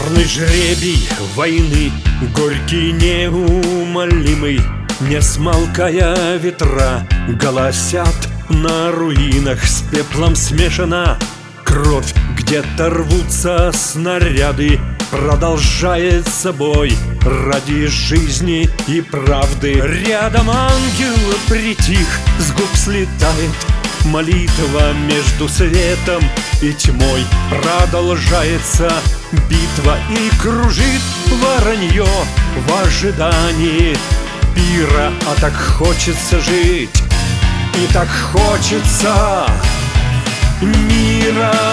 Черный жребий войны, горький, неумолимый, не смолкая ветра, голосят на руинах, с пеплом смешана кровь, где-то рвутся снаряды. Продолжает собой ради жизни и правды. Рядом ангел притих, с губ слетает молитва. Между светом и тьмой продолжается битва. И кружит воронье в ожидании пира. А так хочется жить, и так хочется мира.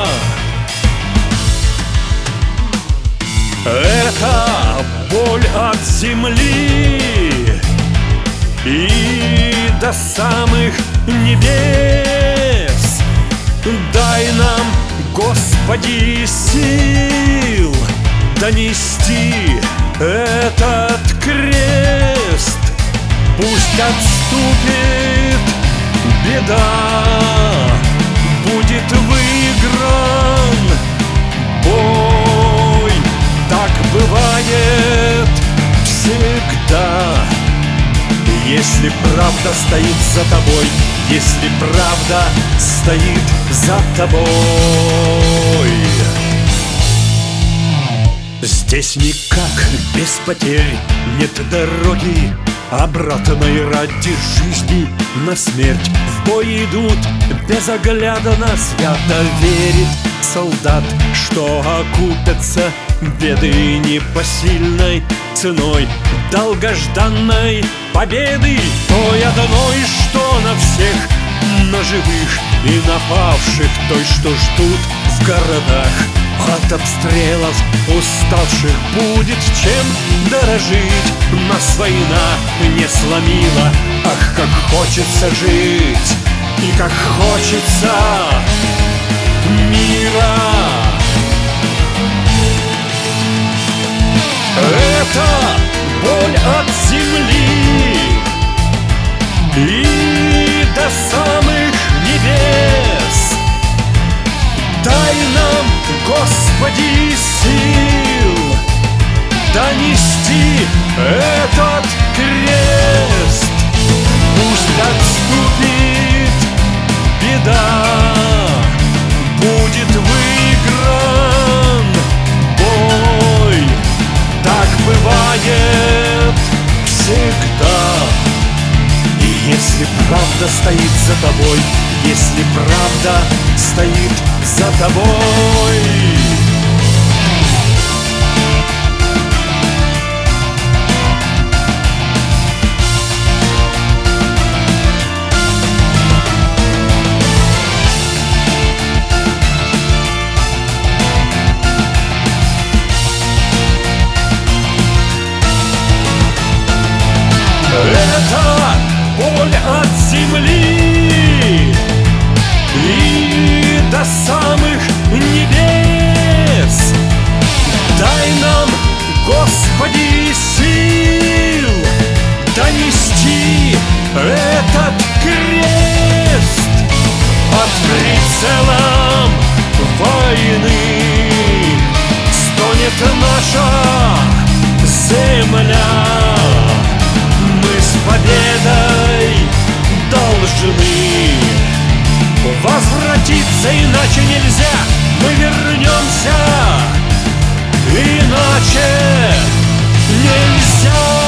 Это боль от земли и до самых небес. Дай нам, Господи, сил донести этот крест. Пусть отступит беда, будет выигран бой. Так бывает всегда, если правда стоит за тобой, если правда стоит за тобой. Здесь никак без потерь, нет дороги обратной. Ради жизни на смерть в бой идут безоглядно. Свято верит солдат, что окупятся беды непосильной ценой долгожданной победы. Той одной, что на всех, на живых и на павших, той, что ждут в городах. От обстрелов уставших будет чем дорожить. Нас война не сломила, ах, как хочется жить, и как хочется мира. Это боль от земли и до самых небес. Дай нам, Господи, сил донести этот крест. Пусть отступит беда, будет выигран бой. Так бывает всегда. И если правда стоит за тобой, если правда стоит за тобой. Это боль от земли и до самых небес. Дай нам, Господи, сил донести этот крест. Под прицелом войны стонет наша земля. Мы с победой должны возвратиться, иначе нельзя. Мы вернемся, иначе нельзя.